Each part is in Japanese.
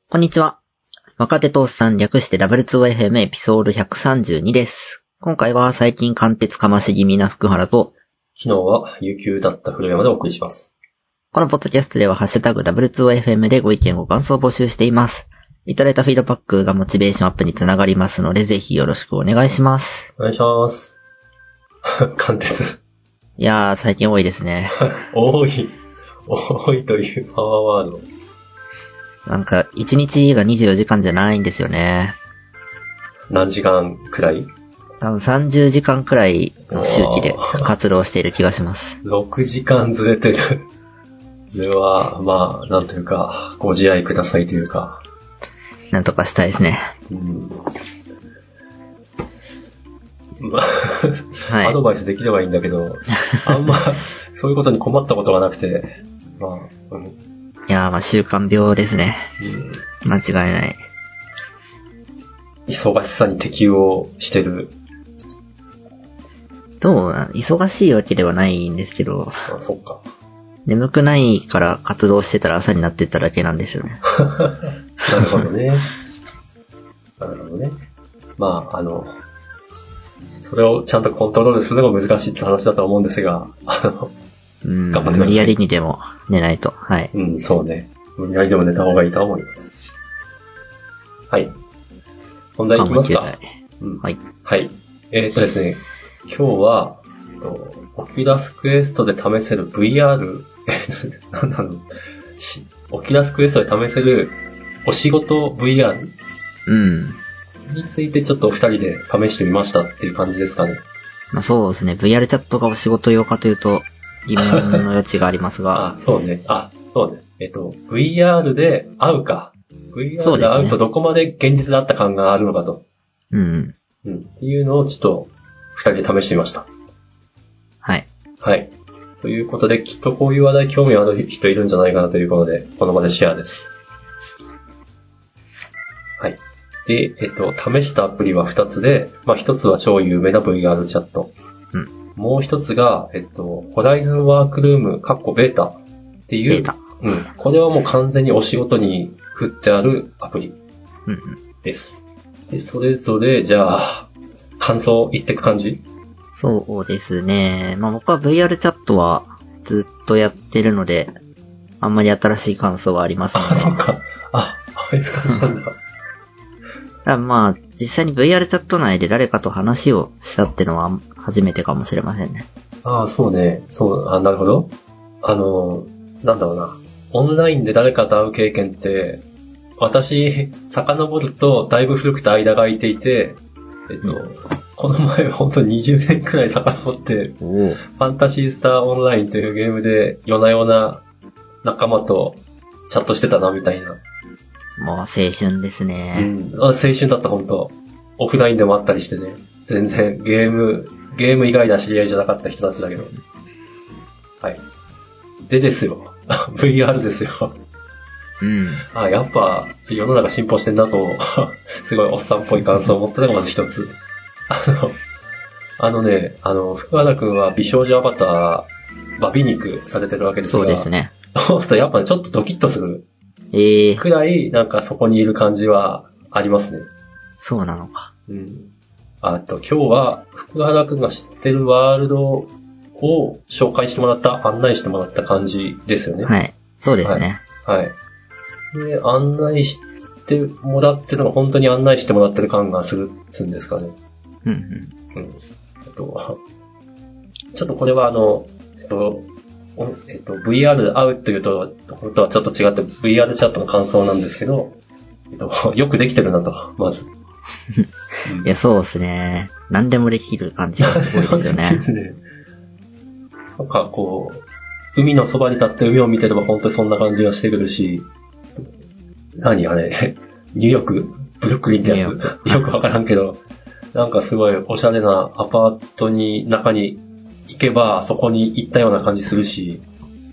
こんにちは。若手とおっさん略して W2YFM エピソード132です。今回は最近貫徹かまし気味な福原と、 昨日は有給だった古山でお送りします。 このポッドキャストではハッシュタグ W2YFM でご意見ご感想を募集しています。いただいたフィードバックがモチベーションアップにつながりますので、ぜひよろしくお願いします。 お願いします。貫徹。 いやー、最近多いですね。 多いというパワーワード。 なんか、1日が24時間じゃないんですよね。 何時間くらい？ 多分30時間くらいの周期で活動している気がします。 6時間ずれてる。それは、まあ、なんというか、ご自愛くださいというか。 なんとかしたいですね。 はい、アドバイスできればいいんだけど、あんま、そういうことに困ったことがなくて、 いやー、まあ習慣病ですね。間違いない。 忙しさに適応してる。 忙しいわけではないんですけど。 あ、そっか。 眠くないから活動してたら朝になってっただけなんですよね。 なるほどね。なるほどね。まあ、それをちゃんとコントロールするのが難しいって話だと思うんですが、 頑張ってください。無理やりにでも寝ないと。はい。 そうね。無理やりでも寝た方がいいと思います。はい。本題いきますか。 はい。 はい。ですね、今日は、オキュラスクエストで試せる VR、なんだろう、オキュラスクエストで試せるお仕事 VR？についてちょっとお二人で試してみましたっていう感じですかね。 まあそうですね。VR チャットがお仕事用かというと、疑問の余地がありますが。 そうね。VR で会うか。VR で会うとどこまで現実で会った感があるのかと。っていうのをちょっと二人で試してみました。 はい。 はい。ということで、きっとこういう話題興味ある人いるんじゃないかなということで、この場でシェアです。はい。で、試したアプリは2つで、まあ1つは超有名な VR チャット。もう1つが、ホライズンワークルーム、ベータっていう、これはもう完全にお仕事に振ってあるアプリです。で、それぞれ、じゃあ、感想言ってく感じ？ そうですね。まあ僕は VR チャットはずっとやってるので、あんまり新しい感想はありませんが。 そっか。ああいう感じなんだ。 まあ、実際に VR チャット内で誰かと話をしたってのは初めてかもしれませんね。 そうね。なるほど。なんだろうな。オンラインで誰かと会う経験って、私、遡るとだいぶ古くて間が空いていて、この前本当に20年くらい遡って、ファンタシースターオンラインというゲームで夜な夜な仲間とチャットしてたなみたいな。 もう青春ですね。 青春だった本当。オフラインでもあったりしてね。全然ゲーム以外では知り合いじゃなかった人たちだけど。はい。でですよ。VR ですよ。やっぱ世の中進歩してんなと、すごいおっさんっぽい感想を持ったのがまず一つ。福原くんは美少女アバター、美肉されてるわけですが。 そうですね。 そうするとやっぱちょっとドキッとする。くらい、なんかそこにいる感じはありますね。 そうなのか。 今日は福原くんが知ってるワールドを紹介してもらった、案内してもらった感じですよね。 はい。そうですね。 はい。で、案内してもらってるのが本当に案内してもらってる感がするんですかね。ちょっとこれはVR で会うっていうところとはちょっと違って VR チャットの感想なんですけど、よくできてるなと、まず。 いや、そうですね。何でもできる感じがすごいですよね。 なんかこう、海のそばに立って海を見てれば本当にそんな感じがしてくるし、何あれ、ニューヨークブルックリンってやつよくわからんけど、なんかすごいおしゃれなアパートに中に行けばそこに行ったような感じするし、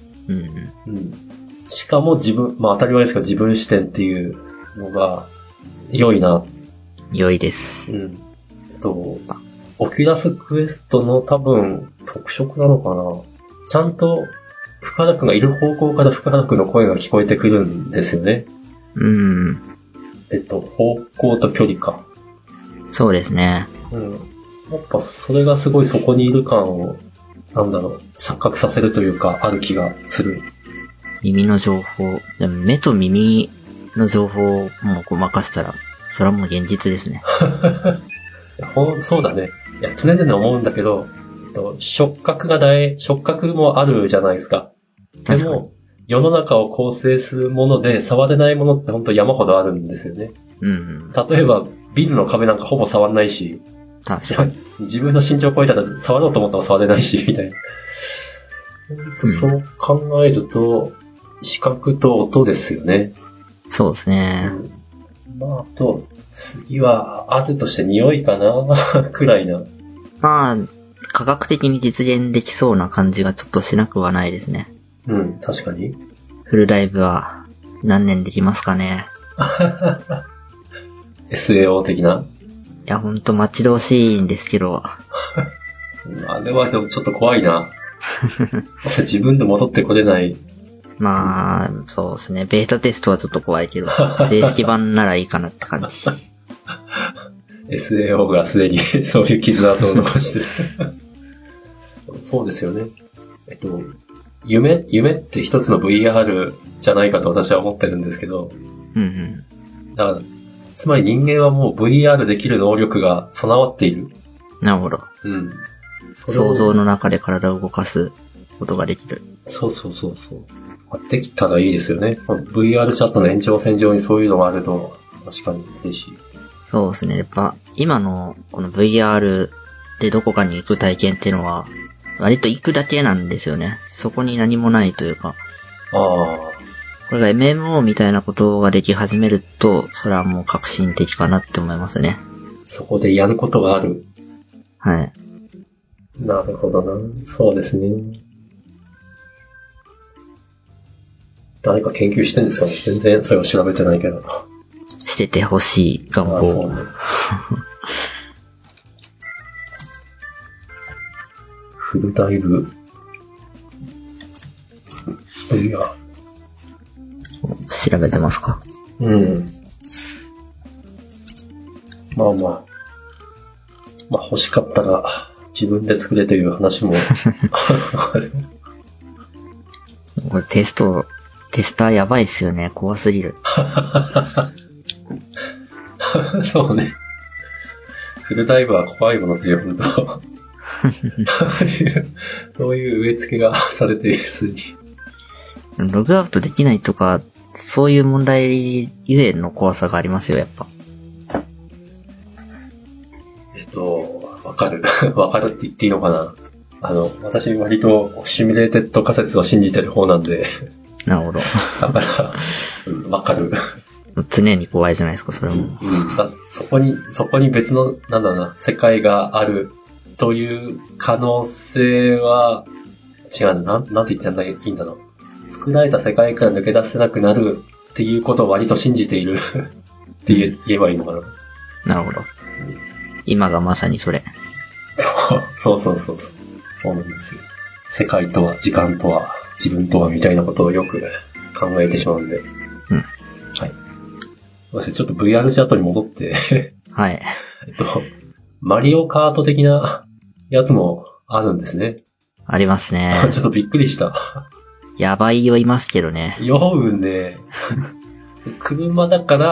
しかも当たり前ですけど自分視点っていうのが良いな。 良いです。 オキュラスクエストの多分特色なのかな。ちゃんと福原くんがいる方向から福原くんの声が聞こえてくるんですよね。 方向と距離か。 そうですね。 やっぱそれがすごいそこにいる感を、錯覚させるというか、ある気がする。 耳の情報。でも目と耳の情報をもうごまかしたら、それはもう現実ですね。 そうだね。いや、常々思うんだけど、触覚もあるじゃないですか。でも、世の中を構成するもので触れないものって本当山ほどあるんですよね。例えば、ビルの壁なんかほぼ触んないし、 確かに。 自分の身長を超えたら触ろうと思ったら触れないし、みたいな。そう考えると、視覚と音ですよね。 そうですね。 あと、次は、あるとして匂いかなくらいな。 科学的に実現できそうな感じがちょっとしなくはないですね。 確かに。 フルライブは何年できますかね。 SAO 的な。 いや、ほんと待ち遠しいんですけど。 あれはでもちょっと怖いな。自分で戻ってこれない。 そうですね。ベータテストはちょっと怖いけど、正式版ならいいかなって感じ。 SAO がすでにそういう傷跡を残してる。そうですよね。夢って一つの VR じゃないかと私は思ってるんですけど。だから、つまり人間はもう VR できる能力が備わっている。 なるほど。想像の中で体を動かすことができる。 そう。できたらいいですよね。VR チャットの延長線上にそういうのがあると、確かに嬉しい。 そうですね。やっぱ、今のこの VR でどこかに行く体験っていうのは、割と行くだけなんですよね。そこに何もないというか。これが MMO みたいなことができ始めると、それはもう革新的かなって思いますね。 そこでやることがある。 はい。 なるほどな。そうですね。誰か研究してるんですかね。全然それを調べてないけど。 しててほしい願望。 そうね。フルダイブ。いや。 調べてますか？ まあ欲しかったら自分で作れという話もこれテスターやばいっすよね。怖すぎる。 そうね。フルダイブは怖いものと呼ぶとそういう植え付けがされているすに。 ログアウトできないとか、そういう問題ゆえの怖さがありますよ、やっぱ。 わかる。わかるって言っていいのかな。私割とシミュレーテッド仮説を信じてる方なんで。 なるほど。 だから、わかる。 常に怖いじゃないですか、それも。 そこに別の、世界があるという可能性は、違うな、なんて言ってんだいいんだろう。作られた世界から抜け出せなくなるっていうことを割と信じているって言えばいいのかな。 なるほど。今がまさにそれ。 そうなんですよ。世界とは、時間とは、自分とはみたいなことをよく考えてしまうんで。はい。私ちょっと VR チャットに戻って。 はい。 マリオカート的なやつもあるんですね。 ありますね。 ちょっとびっくりした。 やばいよいますけどね。 酔うね。車だから、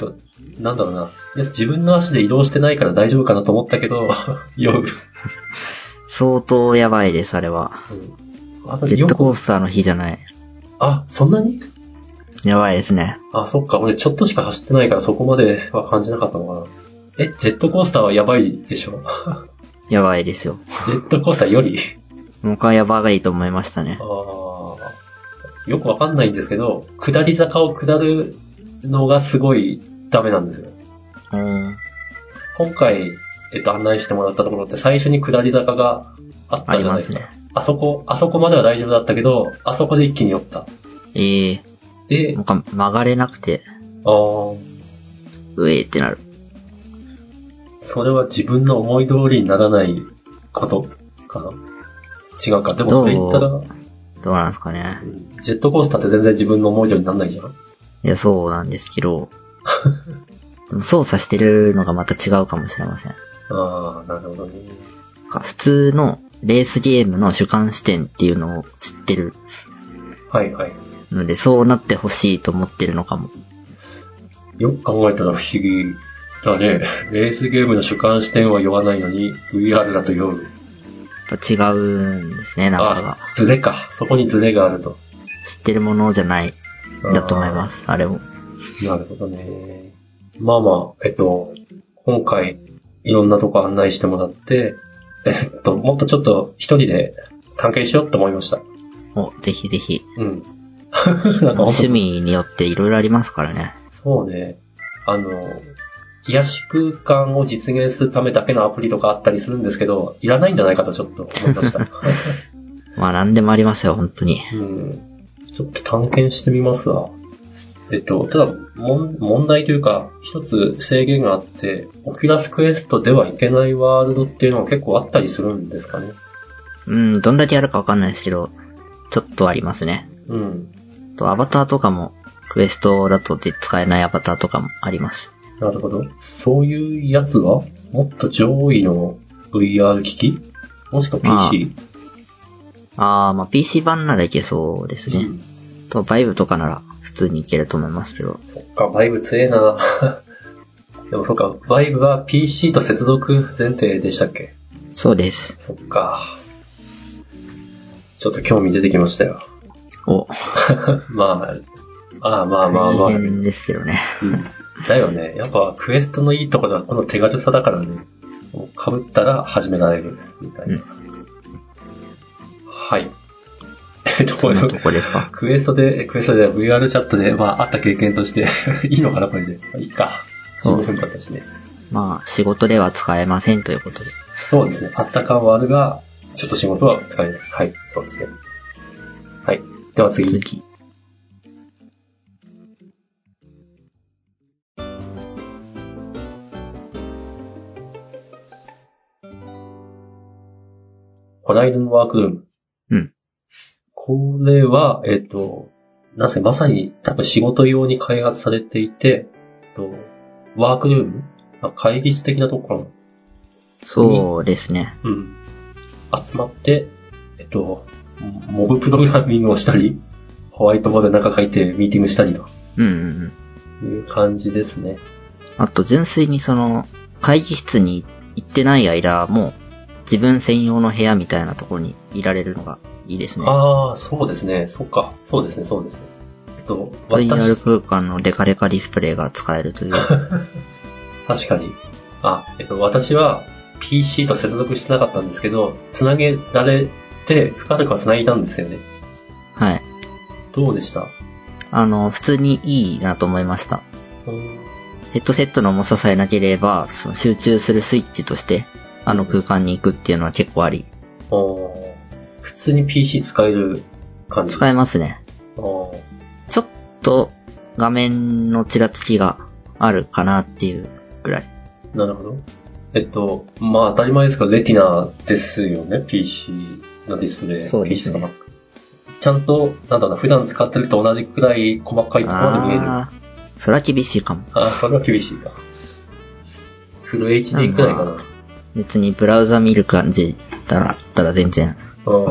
自分の足で移動してないから大丈夫かなと思ったけど、酔う。 相当やばいです、あれは。ジェットコースターの日じゃない。 あ、そんなに？ やばいですね。 あ、そっか。俺ちょっとしか走ってないからそこまでは感じなかったのかな。ジェットコースターはやばいでしょ？ やばいですよ。 ジェットコースターより？ 僕はやばいと思いましたね。 よくわかんないんですけど、下り坂を下るのがすごいダメなんですよ。今回、案内してもらったところって最初に下り坂があったじゃないですか。ありますね。あそこまでは大丈夫だったけど、あそこで一気に酔った。 で、なんか曲がれなくて、ってなる。 それは自分の思い通りにならないことかな？違うか。でもそれ言ったら、 どうなんですかね。 ジェットコースターって全然自分の思い通りにならないじゃん。 いや、そうなんですけど、でも操作してるのがまた違うかもしれません。 ああ、なるほどね。 普通のレースゲームの主観視点っていうのを知ってるはいはい。 ので、そうなってほしいと思ってるのかも。 よく考えたら不思議だね。レースゲームの主観視点は酔わないのに、VR だと酔う。 やっぱ違うんですね、なんかが。 ズレか。そこにズレがあると。 知ってるものじゃない、だと思います、あれも。 なるほどね。まあまあ、今回、いろんなとこ案内してもらって、もっとちょっと一人で探検しようって思いました。 ぜひぜひ。 うん。 なんか趣味によっていろいろありますからね。 そうね。癒し空間を実現するためだけのアプリとかあったりするんですけど、いらないんじゃないかとちょっと思いました。 まあ何でもありますよ、本当に。 うん。ちょっと探検してみますわ。ただ、問題というか、一つ制限があって、オキュラスクエストではいけないワールドっていうのは結構あったりするんですかね。 どんだけやるかわかんないですけど、ちょっとありますね。 うん。 アバターとかも、クエストだとで使えないアバターとかもあります。 なるほど。そういうやつは、もっと上位の VR 機器もしくは PC？ まあ PC 版ならいけそうですね。バイブとかなら普通にいけると思いますけど。 そっか、バイブ強えな。でもそっか、バイブは PC と接続前提でしたっけ？ そうです。 そっか。ちょっと興味出てきましたよ。まあ。 大変ですよね。 だよね。やっぱクエストのいいところはこの手軽さだからね。被ったら始められるみたいな。はい。 そんなとこですか？ クエストで VR チャットで、あった経験としていいのかな、これで。いいか。15分経ったしね。 まあ、仕事では使えませんということで。 そうですね。あった感はあるが、ちょっと仕事は使えないです。はい、そうですね。はい。では次。ホライズンワークルーム。これは、なんせまさに多分仕事用に開発されていて、ワークルーム会議室的なところそうですね。 集まって、モブプログラミングをしたり、ホワイトボードで中書いてミーティングしたりと。いう感じですね。 あと純粋に会議室に行ってない間も、自分専用の部屋みたいなところにいられるのがいいですね。 ああ、そうですね。そっか。そうですね。 VR 空間のデカデカディスプレイが使えるという。 確かに。私は PC と接続してなかったんですけど、繋げられて、深々繋いだんですよね。 はい。 どうでした？ 普通にいいなと思いました。ヘッドセットの重ささえなければ、集中するスイッチとして、空間に行くっていうのは結構あり。 普通に PC 使える感じ？ 使えますね。ちょっと画面のちらつきがあるかなっていうぐらい。 なるほど。当たり前ですが、レティナですよね、PC のディスプレイ。 そうですね。 PC ちゃんと、普段使ってると同じくらい細かいところまで見える。 それは厳しいかも。 それは厳しいか。フル HD くらいかな。 別にブラウザ見る感じだったら全然。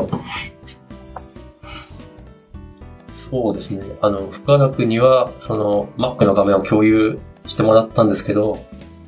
そうですね。深田君には、Mac の画面を共有してもらったんですけど、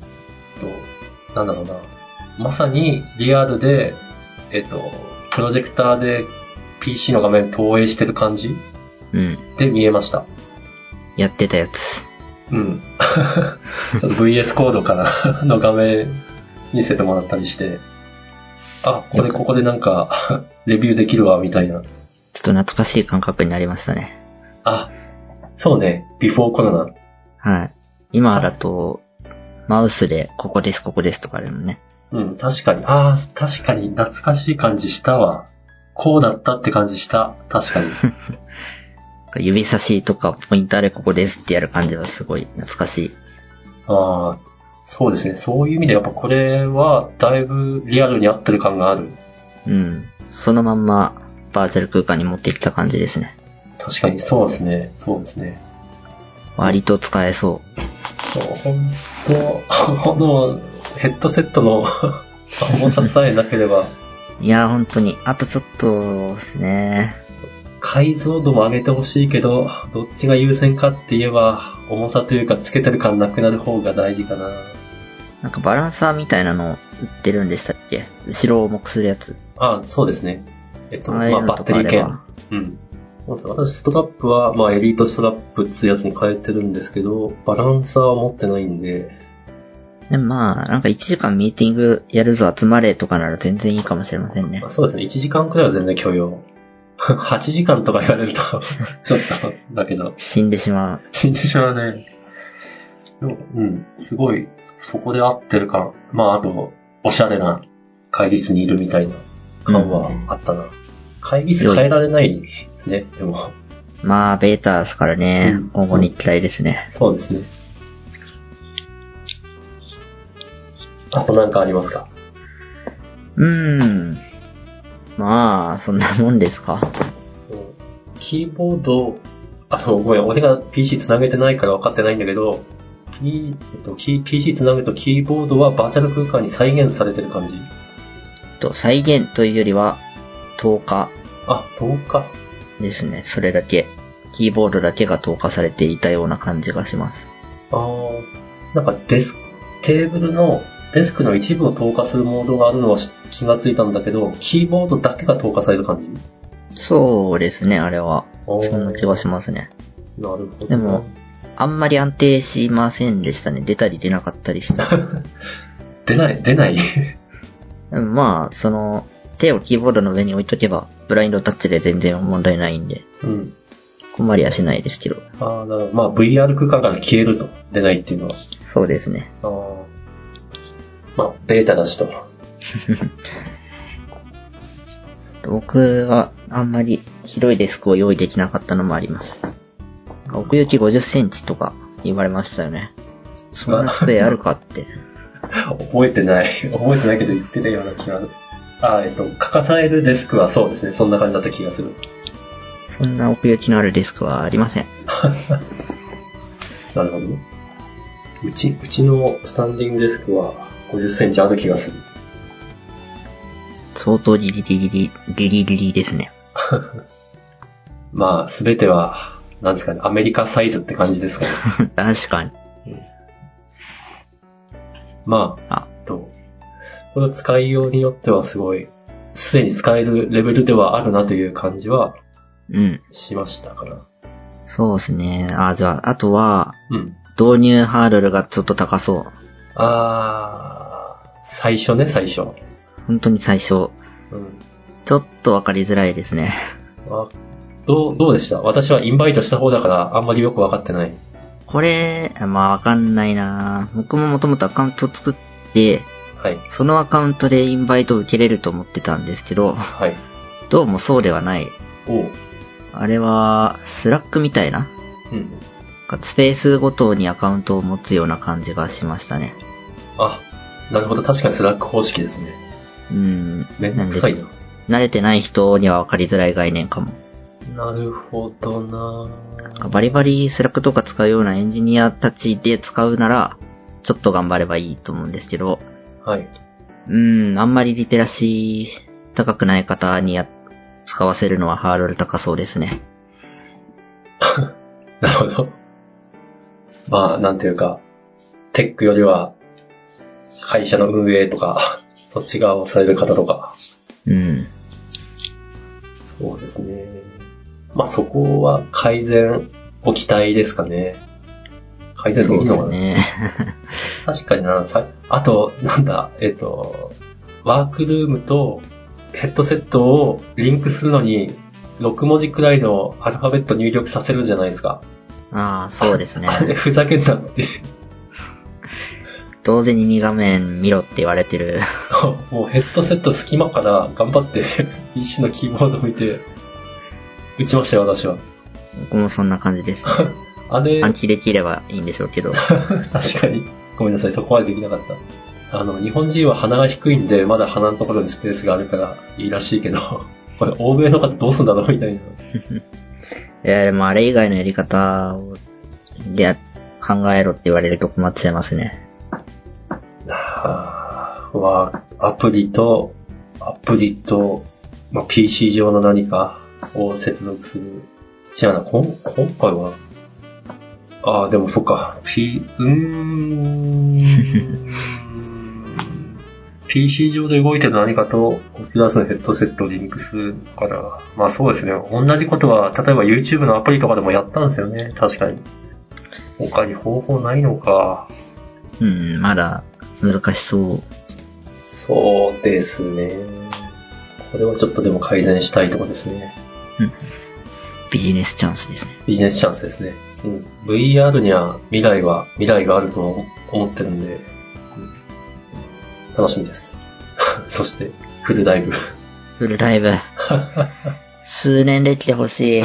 まさにリアルで、プロジェクターで PC の画面投影してる感じで見えました。 やってたやつ。 ちょっと VS コードからの画面見せてもらったりして、ここでレビューできるわ、みたいな。 ちょっと懐かしい感覚になりましたね。 そうね。ビフォーコロナ。 はい。今だと、マウスで、ここです、ここですとかでもね。 確かに。確かに懐かしい感じしたわ。こうだったって感じした。確かに。 指差しとかポインターでここですってやる感じはすごい懐かしい。 そうですね。そういう意味でやっぱこれはだいぶリアルに合ってる感がある。 そのまんまバーチャル空間に持ってきた感じですね。 確かにそうですね。そうですね。 割と使えそそうほんと、ヘッドセットの重ささえなければ。 いや、本当に。あとちょっとですね。 解像度も上げてほしいけど、どっちが優先かって言えば、重さというかつけてる感なくなる方が大事かな。 なんかバランサーみたいなの売ってるんでしたっけ？後ろを重くするやつ。 あ、そうですね。 ああいうのバッテリー券。うん。私、ストラップは、エリートストラップってやつに変えてるんですけど、バランサーは持ってないんで。 でもなんか1時間ミーティングやるぞ集まれとかなら全然いいかもしれませんね。 そうですね。1時間くらいは全然許容。8時間とか言われると、ちょっと、だけど。 死んでしまう。 死んでしまうね。でも、すごい、そこで合ってる感。あと、おしゃれな会議室にいるみたいな感はあったな。会議室変えられないですね、でも。 ベータですからね、今後に期待ですね。 そうですね。あと何かありますか？ そんなもんですか。 キーボード、ごめん、俺が PC 繋げてないから分かってないんだけど、PC 繋ぐとキーボードはバーチャル空間に再現されてる感じ？ 再現というよりは、透過。 透過ですね。それだけ。キーボードだけが透過されていたような感じがします。 なんかテーブルのデスクの一部を透過するモードがあるのは気がついたんだけど、キーボードだけが透過される感じ？ そうですね、あれは。そんな気がしますね。 なるほど。 でも、あんまり安定しませんでしたね。出たり出なかったりした。 出ない手をキーボードの上に置いとけば、ブラインドタッチで全然問題ないんで。困りはしないですけど。 なるほど。VR 空間から消えると。出ないっていうのは。 そうですね。 ベータだしと。 僕があんまり広いデスクを用意できなかったのもあります。奥行き50センチとか言われましたよね。そんな机あるかって。 覚えてないけど言ってたような気が。抱えるデスクはそうですね。そんな感じだった気がする。 そんな奥行きのあるデスクはありません。 なるほど。うちのスタンディングデスクは50センチある気がする。 相当ギリギリですね。 すべては、なんですかね、アメリカサイズって感じですかね。 確かに。 この使いようによってはすごい、すでに使えるレベルではあるなという感じは、しましたから。 そうですね。じゃあ、あとは、導入ハードルがちょっと高そう。 最初。 本当に最初。ちょっとわかりづらいですね。 どうでした？私はインバイトした方だからあんまりよくわかってない。 これ、わかんないな。僕ももともとアカウント作って、そのアカウントでインバイトを受けれると思ってたんですけど、どうもそうではない。あれは、スラックみたいな、スペースごとにアカウントを持つような感じがしましたね。 なるほど。確かにスラック方式ですね。めんどくさいな。 慣れてない人には分かりづらい概念かも。 なるほどな。 バリバリスラックとか使うようなエンジニアたちで使うなら、ちょっと頑張ればいいと思うんですけど、あんまりリテラシー高くない方に使わせるのはハードル高そうですね。 なるほど。なんていうか、テックよりは、会社の運営とか、そっち側をされる方とか。そうですね。そこは改善を期待ですかね。改善できるのかな。そうですね。確かにあと、ワークルームとヘッドセットをリンクするのに、6文字くらいのアルファベット入力させるじゃないですか。 そうですね。 あれふざけんなって。 同時に2画面見ろって言われてる。 もうヘッドセット隙間から頑張って PC のキーボード見て打ちましたよ、私は。 僕もそんな感じです、ね。暗記できればいいんでしょうけど。 確かに。ごめんなさい、そこまでできなかった。日本人は鼻が低いんで、まだ鼻のところにスペースがあるからいいらしいけど、これ欧米の方どうすんだろうみたいな。 でもあれ以外のやり方をで、考えろって言われると困っちゃいますね。 アプリと、まあ、PC 上の何かを接続する。違うな、今回は、でもそっか、PC 上で動いてる何かと、オキュラスのヘッドセットをリンクするから、まあそうですね、同じことは、例えば YouTube のアプリとかでもやったんですよね、確かに。他に方法ないのか。 まだ難しそう。 そうですね。これはちょっとでも改善したいところですね。 ビジネスチャンスですね。 ビジネスチャンスですね。VR には未来があると思ってるんで、楽しみです。そして、フルライブ。 フルライブ。数年できてほしい。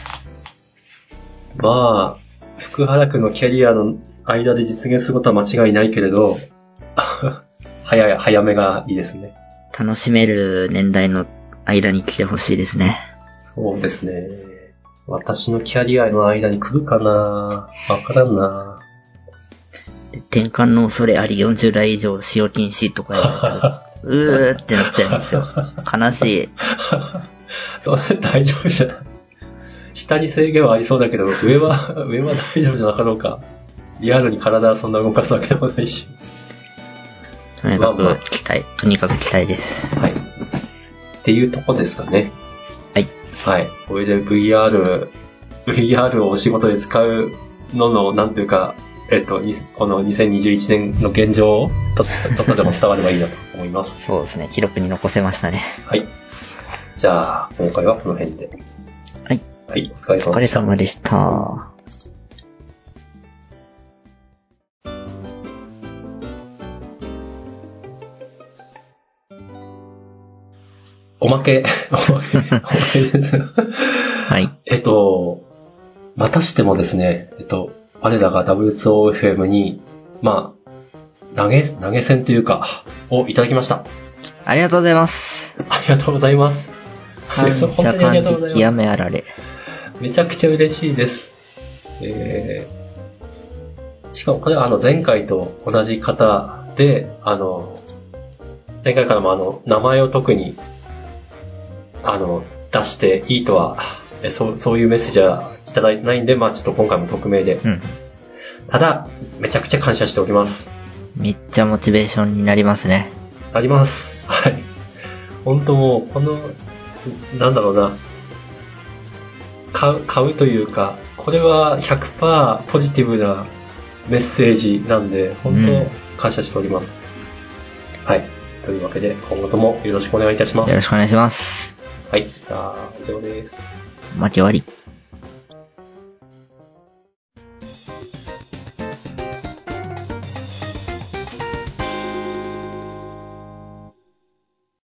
まあ、福原くんのキャリアの間で実現することは間違いないけれど、早めがいいですね。 楽しめる年代の間に来てほしいですね。 そうですね。私のキャリアの間に来るかな？わからんな。 転換の恐れあり40代以上使用禁止とか言われて、うーってなっちゃいますよ。悲しい。 それ大丈夫じゃない。下に制限はありそうだけど、上は大丈夫じゃなかろうか。リアルに体はそんな動かすわけでもないし。 とにかく期待、とにかく期待です。 はい。っていうとこですかね。 はい。 はい。これで VR をお仕事で使うのの、なんていうか、この2021年の現状をちょっとでも伝わればいいなと思います。 そうですね。記録に残せましたね。 はい。じゃあ、今回はこの辺で。 はい。 はい、お疲れ様でした。 お疲れ様でした。 おまけです。 はい。 またしてもですね、我らが W2OFM に、まあ、投げ銭というか、をいただきました。 ありがとうございます。 ありがとうございます。 感謝感激やめあられ。 めちゃくちゃ嬉しいです。しかもこれは前回と同じ方で、前回からも名前を特に、出していいとは、そういうメッセージはいただいてないんで、まあちょっと今回も匿名で。ただ、めちゃくちゃ感謝しております。 めっちゃモチベーションになりますね。 あります。はい。本当もう、なんだろうな。買うというか、これは 100% ポジティブなメッセージなんで、本当感謝しております。はい。というわけで、今後ともよろしくお願いいたします。 よろしくお願いします。 はい。じゃあ、以上です。 巻き終わり。